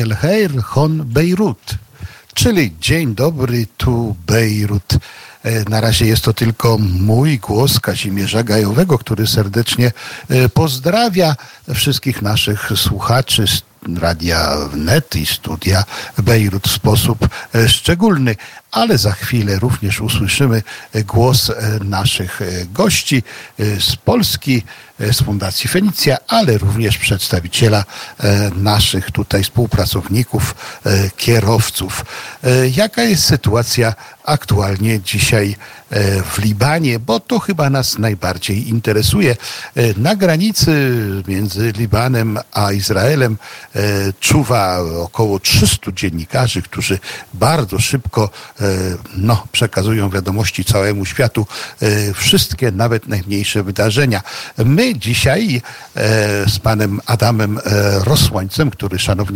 Sabah el Khair Hon Beirut, czyli dzień dobry tu Bejrut. Na razie jest to tylko mój głos Kazimierza Gajowego, który serdecznie pozdrawia wszystkich naszych słuchaczy z Radia Wnet i Studia Bejrut w sposób szczególny, ale za chwilę również usłyszymy głos naszych gości z Polski, z Fundacji Fenicja, ale również przedstawiciela naszych tutaj współpracowników, kierowców. Jaka jest sytuacja aktualnie dzisiaj w Libanie, bo to chyba nas najbardziej interesuje. Na granicy między Libanem a Izraelem czuwa około 300 dziennikarzy, którzy bardzo szybko przekazują wiadomości całemu światu, wszystkie, nawet najmniejsze wydarzenia. My dzisiaj z panem Adamem Rosłańcem, który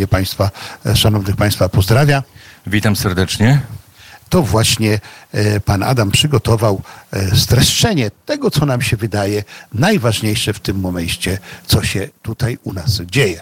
szanownych państwa pozdrawia. Witam serdecznie. To właśnie pan Adam przygotował streszczenie tego, co nam się wydaje najważniejsze w tym momencie, co się tutaj u nas dzieje.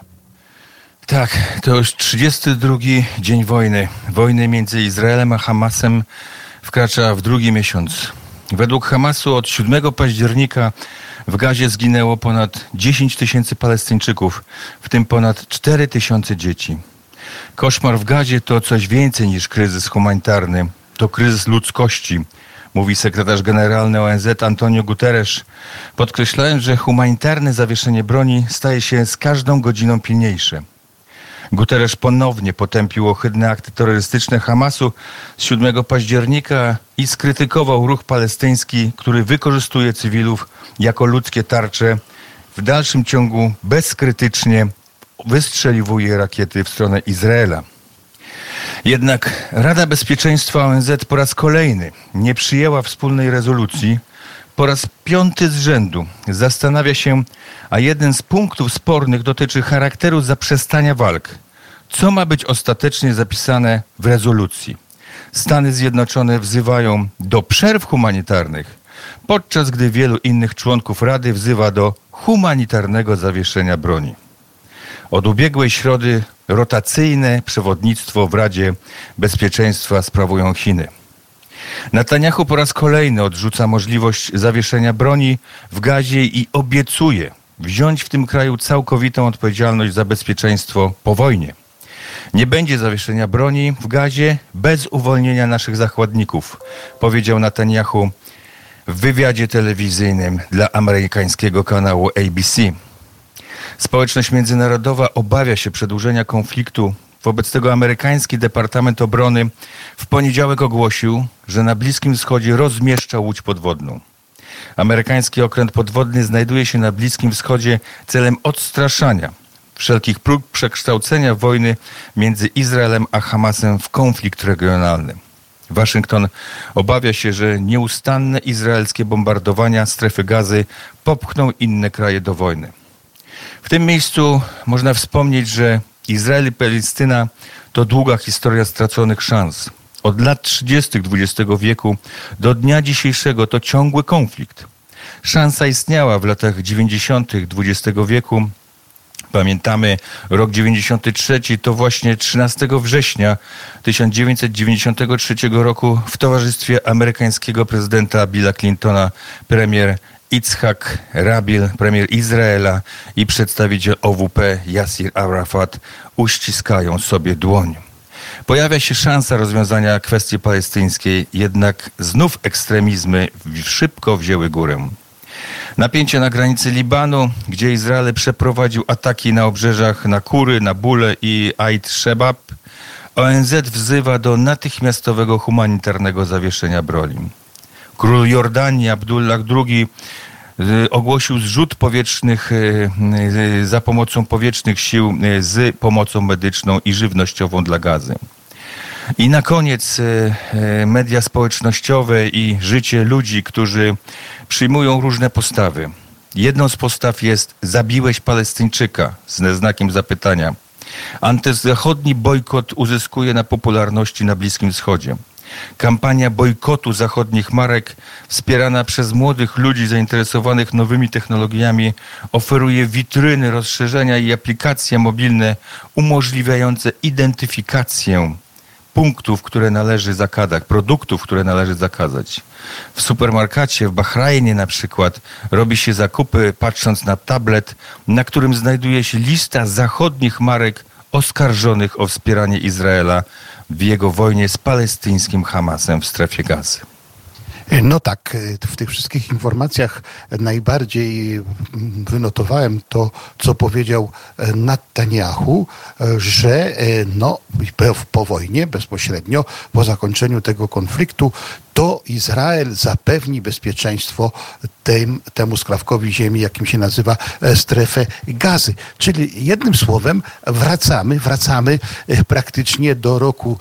Tak, to już 32 dzień wojny. Wojny między Izraelem a Hamasem wkracza w drugi miesiąc. Według Hamasu od 7 października w Gazie zginęło ponad 10 tysięcy Palestyńczyków, w tym ponad 4 tysiące dzieci. Koszmar w Gazie to coś więcej niż kryzys humanitarny. To kryzys ludzkości, mówi sekretarz generalny ONZ Antonio Guterres, podkreślając, że humanitarne zawieszenie broni staje się z każdą godziną pilniejsze. Guterres ponownie potępił ohydne akty terrorystyczne Hamasu z 7 października i skrytykował ruch palestyński, który wykorzystuje cywilów jako ludzkie tarcze. W dalszym ciągu bezkrytycznie wystrzeliwuje rakiety w stronę Izraela. Jednak Rada Bezpieczeństwa ONZ po raz kolejny nie przyjęła wspólnej rezolucji. Po raz 5 z rzędu zastanawia się, a jeden z punktów spornych dotyczy charakteru zaprzestania walk. Co ma być ostatecznie zapisane w rezolucji? Stany Zjednoczone wzywają do przerw humanitarnych, podczas gdy wielu innych członków Rady wzywa do humanitarnego zawieszenia broni. Od ubiegłej środy rotacyjne przewodnictwo w Radzie Bezpieczeństwa sprawują Chiny. Netanjahu po raz kolejny odrzuca możliwość zawieszenia broni w Gazie i obiecuje wziąć w tym kraju całkowitą odpowiedzialność za bezpieczeństwo po wojnie. Nie będzie zawieszenia broni w Gazie bez uwolnienia naszych zakładników, powiedział Netanjahu w wywiadzie telewizyjnym dla amerykańskiego kanału ABC. Społeczność międzynarodowa obawia się przedłużenia konfliktu. Wobec tego amerykański Departament Obrony w poniedziałek ogłosił, że na Bliskim Wschodzie rozmieszcza łódź podwodną. Amerykański okręt podwodny znajduje się na Bliskim Wschodzie celem odstraszania wszelkich prób przekształcenia wojny między Izraelem a Hamasem w konflikt regionalny. Waszyngton obawia się, że nieustanne izraelskie bombardowania strefy Gazy popchną inne kraje do wojny. W tym miejscu można wspomnieć, że Izrael i Palestyna to długa historia straconych szans. Od lat 30. XX wieku do dnia dzisiejszego to ciągły konflikt. Szansa istniała w latach 90. XX wieku. Pamiętamy rok 93, to właśnie 13 września 1993 roku w towarzystwie amerykańskiego prezydenta Billa Clintona premier Yitzhak Rabin, premier Izraela i przedstawiciel OWP Yasir Arafat uściskają sobie dłoń. Pojawia się szansa rozwiązania kwestii palestyńskiej, jednak znów ekstremizmy szybko wzięły górę. Napięcie na granicy Libanu, gdzie Izrael przeprowadził ataki na obrzeżach Nakury, Nabule i Ait Shebab, ONZ wzywa do natychmiastowego humanitarnego zawieszenia broni. Król Jordanii Abdullah II ogłosił zrzut powietrznych za pomocą powietrznych sił z pomocą medyczną i żywnościową dla Gazy. I na koniec media społecznościowe i życie ludzi, którzy przyjmują różne postawy. Jedną z postaw jest: zabiłeś Palestyńczyka, ze znakiem zapytania. Antyzachodni bojkot uzyskuje na popularności na Bliskim Wschodzie. Kampania bojkotu zachodnich marek, wspierana przez młodych ludzi zainteresowanych nowymi technologiami, oferuje witryny, rozszerzenia i aplikacje mobilne umożliwiające identyfikację punktów, które należy zakazać, produktów, które należy zakazać. W supermarkecie w Bahrajnie na przykład robi się zakupy patrząc na tablet, na którym znajduje się lista zachodnich marek oskarżonych o wspieranie Izraela w jego wojnie z palestyńskim Hamasem w strefie Gazy. No tak, w tych wszystkich informacjach najbardziej wynotowałem to, co powiedział Netanyahu, że po wojnie, bezpośrednio po zakończeniu tego konfliktu, to Izrael zapewni bezpieczeństwo temu skrawkowi ziemi, jakim się nazywa strefę Gazy. Czyli jednym słowem wracamy praktycznie do roku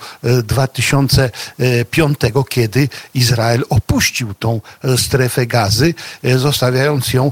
2005, kiedy Izrael opuścił tą strefę Gazy, zostawiając ją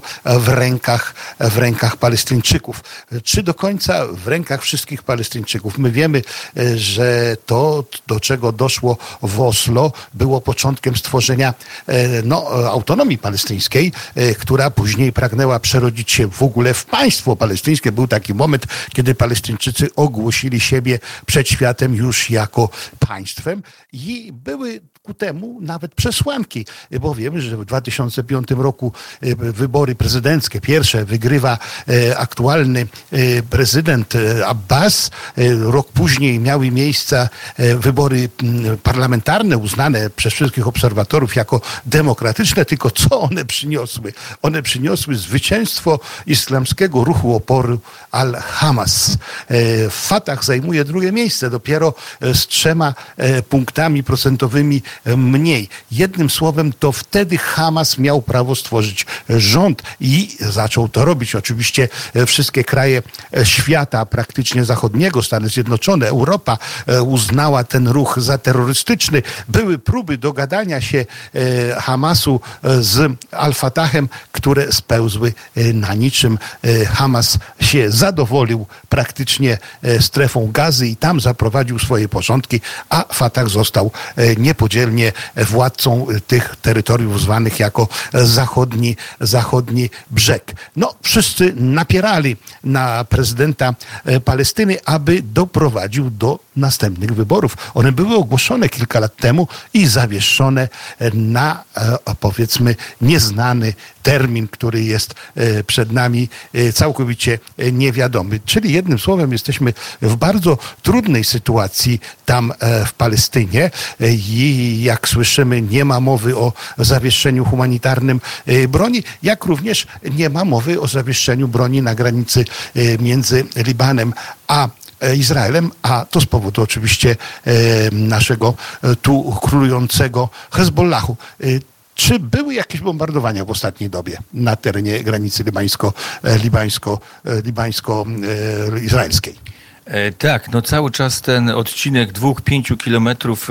w rękach Palestyńczyków. Czy do końca w rękach wszystkich Palestyńczyków? My wiemy, że to, do czego doszło w Oslo, było początkiem stworzenia autonomii palestyńskiej, która później pragnęła przerodzić się w ogóle w państwo palestyńskie. Był taki moment, kiedy Palestyńczycy ogłosili siebie przed światem już jako państwem i były ku temu nawet przesłanki, bo wiemy, że w 2005 roku wybory prezydenckie pierwsze wygrywa aktualny prezydent Abbas. Rok później miały miejsce wybory parlamentarne uznane przez wszystkich obserwatorów jako demokratyczne, tylko co one przyniosły? One przyniosły zwycięstwo islamskiego ruchu oporu Al-Hamas. Fatah zajmuje drugie miejsce, dopiero z 3 punktami procentowymi mniej. Jednym słowem, to wtedy Hamas miał prawo stworzyć rząd i zaczął to robić. Oczywiście wszystkie kraje świata praktycznie zachodniego, Stany Zjednoczone, Europa uznała ten ruch za terrorystyczny. Były próby dogadania się Hamasu z Al-Fatahem, które spełzły na niczym. Hamas się zadowolił praktycznie strefą Gazy i tam zaprowadził swoje porządki, a Fatah został niepodzielnie władcą tych terytoriów zwanych jako zachodni brzeg. Wszyscy napierali na prezydenta Palestyny, aby doprowadził do następnych wyborów. One były ogłoszone kilka lat temu i zawieszone na, powiedzmy, nieznany termin, który jest przed nami całkowicie niewiadomy. Czyli jednym słowem jesteśmy w bardzo trudnej sytuacji tam w Palestynie i jak słyszymy, nie ma mowy o zawieszeniu humanitarnym broni, jak również nie ma mowy o zawieszeniu broni na granicy między Libanem a Izraelem, a to z powodu oczywiście naszego tu królującego Hezbollahu. Czy były jakieś bombardowania w ostatniej dobie na terenie granicy libańsko-izraelskiej? Tak, cały czas ten odcinek 2-5 kilometrów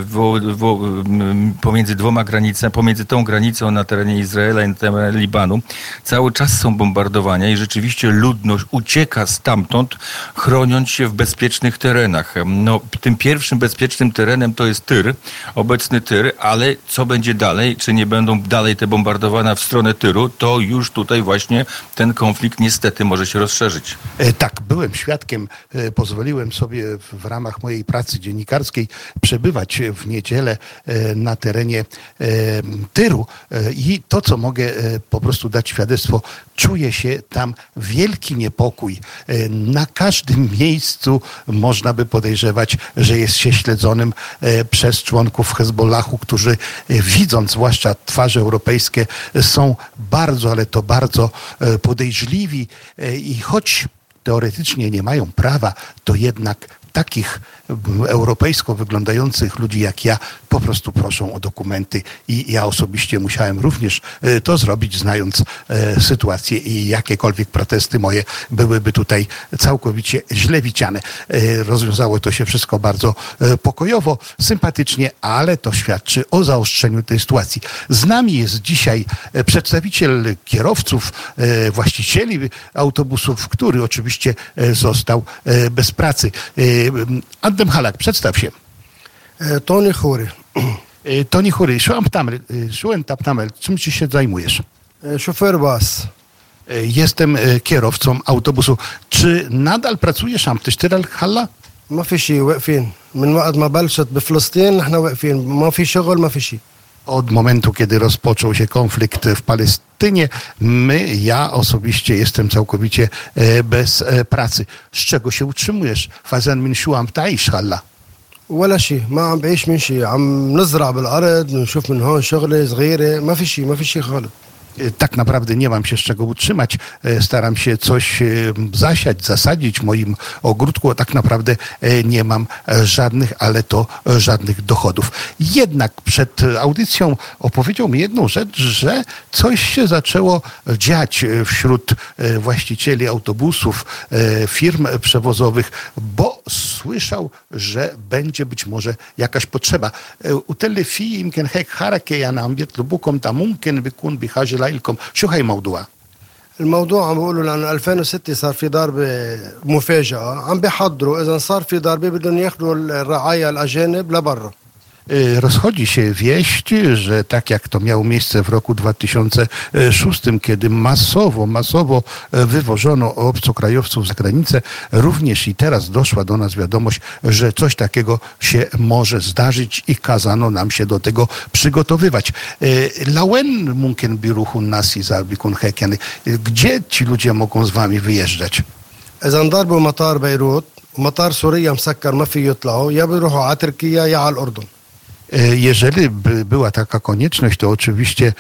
pomiędzy tą granicą na terenie Izraela i na terenie Libanu, cały czas są bombardowania i rzeczywiście ludność ucieka stamtąd, chroniąc się w bezpiecznych terenach. Tym pierwszym bezpiecznym terenem to jest Tyr, obecny Tyr, ale co będzie dalej? Czy nie będą dalej te bombardowania w stronę Tyru? To już tutaj właśnie ten konflikt niestety może się rozszerzyć. Tak, byłem świadkiem. Pozwoliłem sobie w ramach mojej pracy dziennikarskiej przebywać w niedzielę na terenie Tyru i to, co mogę po prostu dać świadectwo, czuje się tam wielki niepokój. Na każdym miejscu można by podejrzewać, że jest się śledzonym przez członków Hezbollahu, którzy widząc zwłaszcza twarze europejskie są bardzo, ale to bardzo podejrzliwi i choć teoretycznie nie mają prawa, to jednak takich europejsko wyglądających ludzi jak ja po prostu proszą o dokumenty i ja osobiście musiałem również to zrobić, znając sytuację i jakiekolwiek protesty moje byłyby tutaj całkowicie źle widziane. Rozwiązało to się wszystko bardzo pokojowo, sympatycznie, ale to świadczy o zaostrzeniu tej sytuacji. Z nami jest dzisiaj przedstawiciel kierowców, właścicieli autobusów, który oczywiście został bez pracy. Adem Halak, przedstaw się. طوني خوري. Toni Chury, Szuen Taptamel, czym ci się zajmujesz? شوفير باص. Jestem kierowcą autobusu. Czy nadal pracujesz tam? تشتغل هلا؟ ما في شيء واقفين من وقت ما بلشت بفلسطين نحن واقفين ما في شغل ما في شيء. Od momentu, kiedy rozpoczął się konflikt w Palestynie, ja osobiście jestem całkowicie bez pracy. Z czego się utrzymujesz? Fazen min shu am taish halla? ولا شيء ما عم بعيش من شيء عم نزرع بالأرض نشوف من هون شغلة صغيرة ما في شيء خالص. Tak naprawdę nie mam się z czego utrzymać. Staram się coś zasiać, zasadzić w moim ogródku, a tak naprawdę nie mam żadnych dochodów. Jednak przed audycją opowiedział mi jedną rzecz, że coś się zaczęło dziać wśród właścicieli autobusów, firm przewozowych, bo słyszał, że będzie być może jakaś potrzeba. وتل في يمكن هيك حركة يعني عم يطلبوكم تا ممكن بيكون بحاجة لكم شو هي موضوع؟ الموضوع عم بيقولوا لأنه 2006 صار في ضربة مفاجئة عم بيحضروا إذا صار في ضربة بدهم ياخذوا الرعايا الأجانب لبرا. Rozchodzi się wieść, że tak jak to miało miejsce w roku 2006, kiedy masowo wywożono obcokrajowców za granicę, również i teraz doszła do nas wiadomość, że coś takiego się może zdarzyć i kazano nam się do tego przygotowywać. Lawen mumkin biruhu nasi za bikun hekiany. Gdzie ci ludzie mogą z wami wyjeżdżać? إذا انضربوا مطار بيروت ومطار سوريا مسكر ما في يطلعوا يا بيروحوا على تركيا يا على الأردن. Jeżeli by była taka konieczność, to oczywiście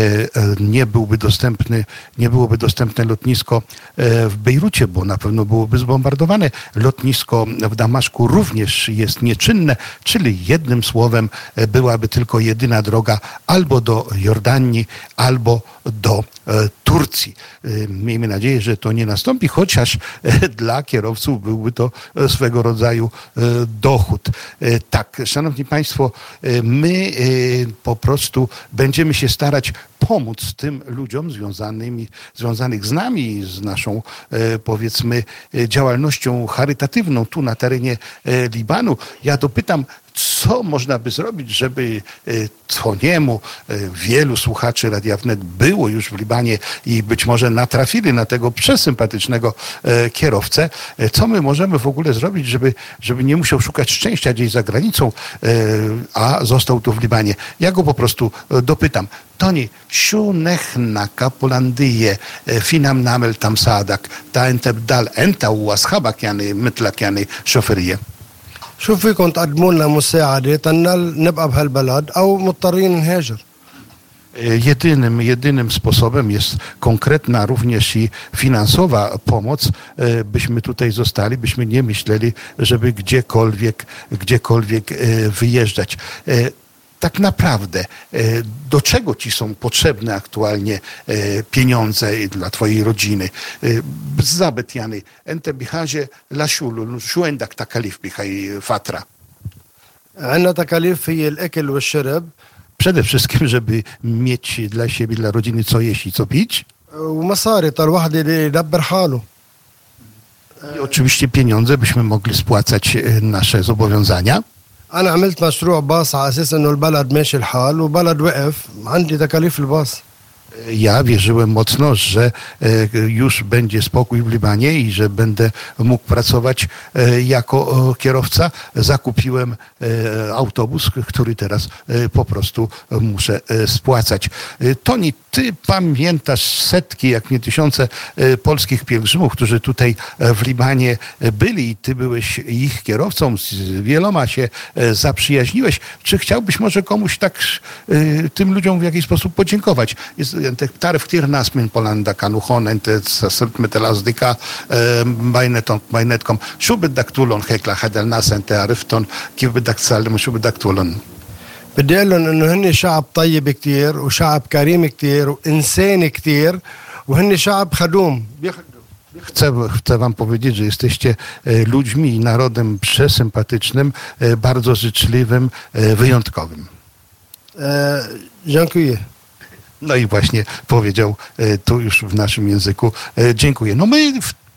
nie byłoby dostępne lotnisko w Bejrucie, bo na pewno byłoby zbombardowane. Lotnisko w Damaszku również jest nieczynne, czyli jednym słowem byłaby tylko jedyna droga albo do Jordanii, albo do Turcji. Miejmy nadzieję, że to nie nastąpi, chociaż dla kierowców byłby to swego rodzaju dochód. Tak, szanowni państwo, my po prostu będziemy się starać pomóc tym ludziom związanych z nami, z naszą, powiedzmy, działalnością charytatywną tu na terenie Libanu. Ja dopytam, co można by zrobić, żeby Toniemu, wielu słuchaczy Radia Wnet było już w Libanie i być może natrafili na tego przesympatycznego kierowcę. Co my możemy w ogóle zrobić, żeby nie musiał szukać szczęścia gdzieś za granicą, a został tu w Libanie? Ja go po prostu dopytam. Toni, شو نحن كبولندية فينا نعمل تمساعدك تا انت بدال انت واصحابك يعني مثلك يعني شوفيرية؟ شو فيكم تقدموا لنا مساعدة تنال نبقى بهالبلد أو مضطرين نهاجر؟ Jedynym sposobem jest konkretna również i finansowa pomoc, byśmy tutaj zostali, byśmy nie myśleli, żeby gdziekolwiek wyjeżdżać. Tak naprawdę, do czego ci są potrzebne aktualnie pieniądze dla twojej rodziny? Zabet Jany, ente bihazie lashulu, shuendak takalif bihaj fatra. عندنا تكاليف هي الأكل والشرب. Przede wszystkim, żeby mieć dla siebie, dla rodziny co jeść i co pić. ومصاري طال واحد يدبر حاله. I oczywiście pieniądze, byśmy mogli spłacać nasze zobowiązania. أنا عملت مشروع باص على أساس إنه البلد ماشي الحال وبلد وقف عندي تكاليف الباص. Ja wierzyłem mocno, że już będzie spokój w Libanie i że będę mógł pracować jako kierowca. Zakupiłem autobus, który teraz po prostu muszę spłacać. Toni, ty pamiętasz setki, jak nie tysiące polskich pielgrzymów, którzy tutaj w Libanie byli i ty byłeś ich kierowcą, z wieloma się zaprzyjaźniłeś. Czy chciałbyś może komuś tak tym ludziom w jakiś sposób podziękować? تعرف كثير ناس من بولندا كانوا هون انت صرت مثل اصدقاء بيناتكم شو بدك تقول هيك لهذا الناس انت عرفتهم كيف بدك تسلم شو بدك تقول بدي اقول لهم انه هن شعب طيب كثير وشعب كريم كثير وانسان كثير وهن شعب خدوم Chcę wam powiedzieć, że jesteście ludźmi i narodem przesympatycznym, bardzo życzliwym, wyjątkowym. Dziękuję. No i właśnie powiedział tu już w naszym języku dziękuję. No my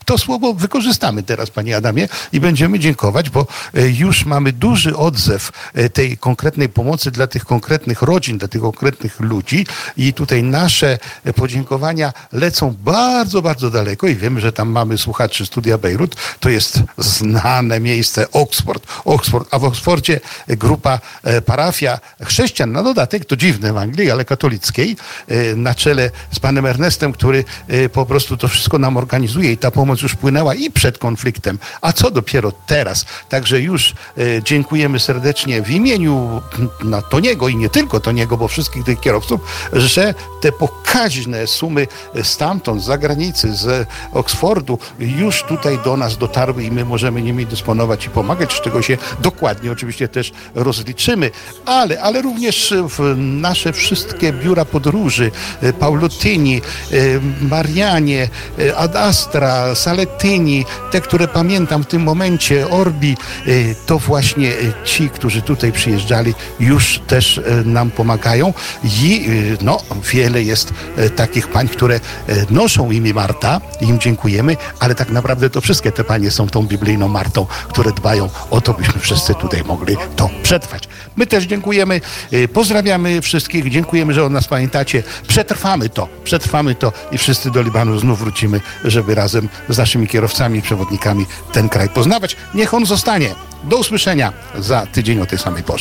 to słowo wykorzystamy teraz, panie Adamie, i będziemy dziękować, bo już mamy duży odzew tej konkretnej pomocy dla tych konkretnych rodzin, dla tych konkretnych ludzi i tutaj nasze podziękowania lecą bardzo, bardzo daleko i wiemy, że tam mamy słuchaczy Studia Bejrut. To jest znane miejsce Oxford, a w Oxfordzie grupa, parafia chrześcijan, na dodatek, to dziwne w Anglii, ale katolickiej, na czele z panem Ernestem, który po prostu to wszystko nam organizuje i ta pomoc już płynęła i przed konfliktem, a co dopiero teraz. Także już dziękujemy serdecznie w imieniu Toniego i nie tylko Toniego, bo wszystkich tych kierowców, że te pokaźne sumy stamtąd, z zagranicy, z Oxfordu już tutaj do nas dotarły i my możemy nimi dysponować i pomagać, z czego się dokładnie oczywiście też rozliczymy, ale również w nasze wszystkie biura podróży, Paulotyni, Marianie, Ad Astra, Saletyni, te, które pamiętam w tym momencie, Orbi, to właśnie ci, którzy tutaj przyjeżdżali, już też nam pomagają i wiele jest takich pań, które noszą imię Marta, im dziękujemy, ale tak naprawdę to wszystkie te panie są tą biblijną Martą, które dbają o to, byśmy wszyscy tutaj mogli to przetrwać. My też dziękujemy, pozdrawiamy wszystkich, dziękujemy, że o nas pamiętacie, przetrwamy to i wszyscy do Libanu znów wrócimy, żeby razem z naszymi kierowcami i przewodnikami ten kraj poznawać. Niech on zostanie. Do usłyszenia za tydzień o tej samej porze.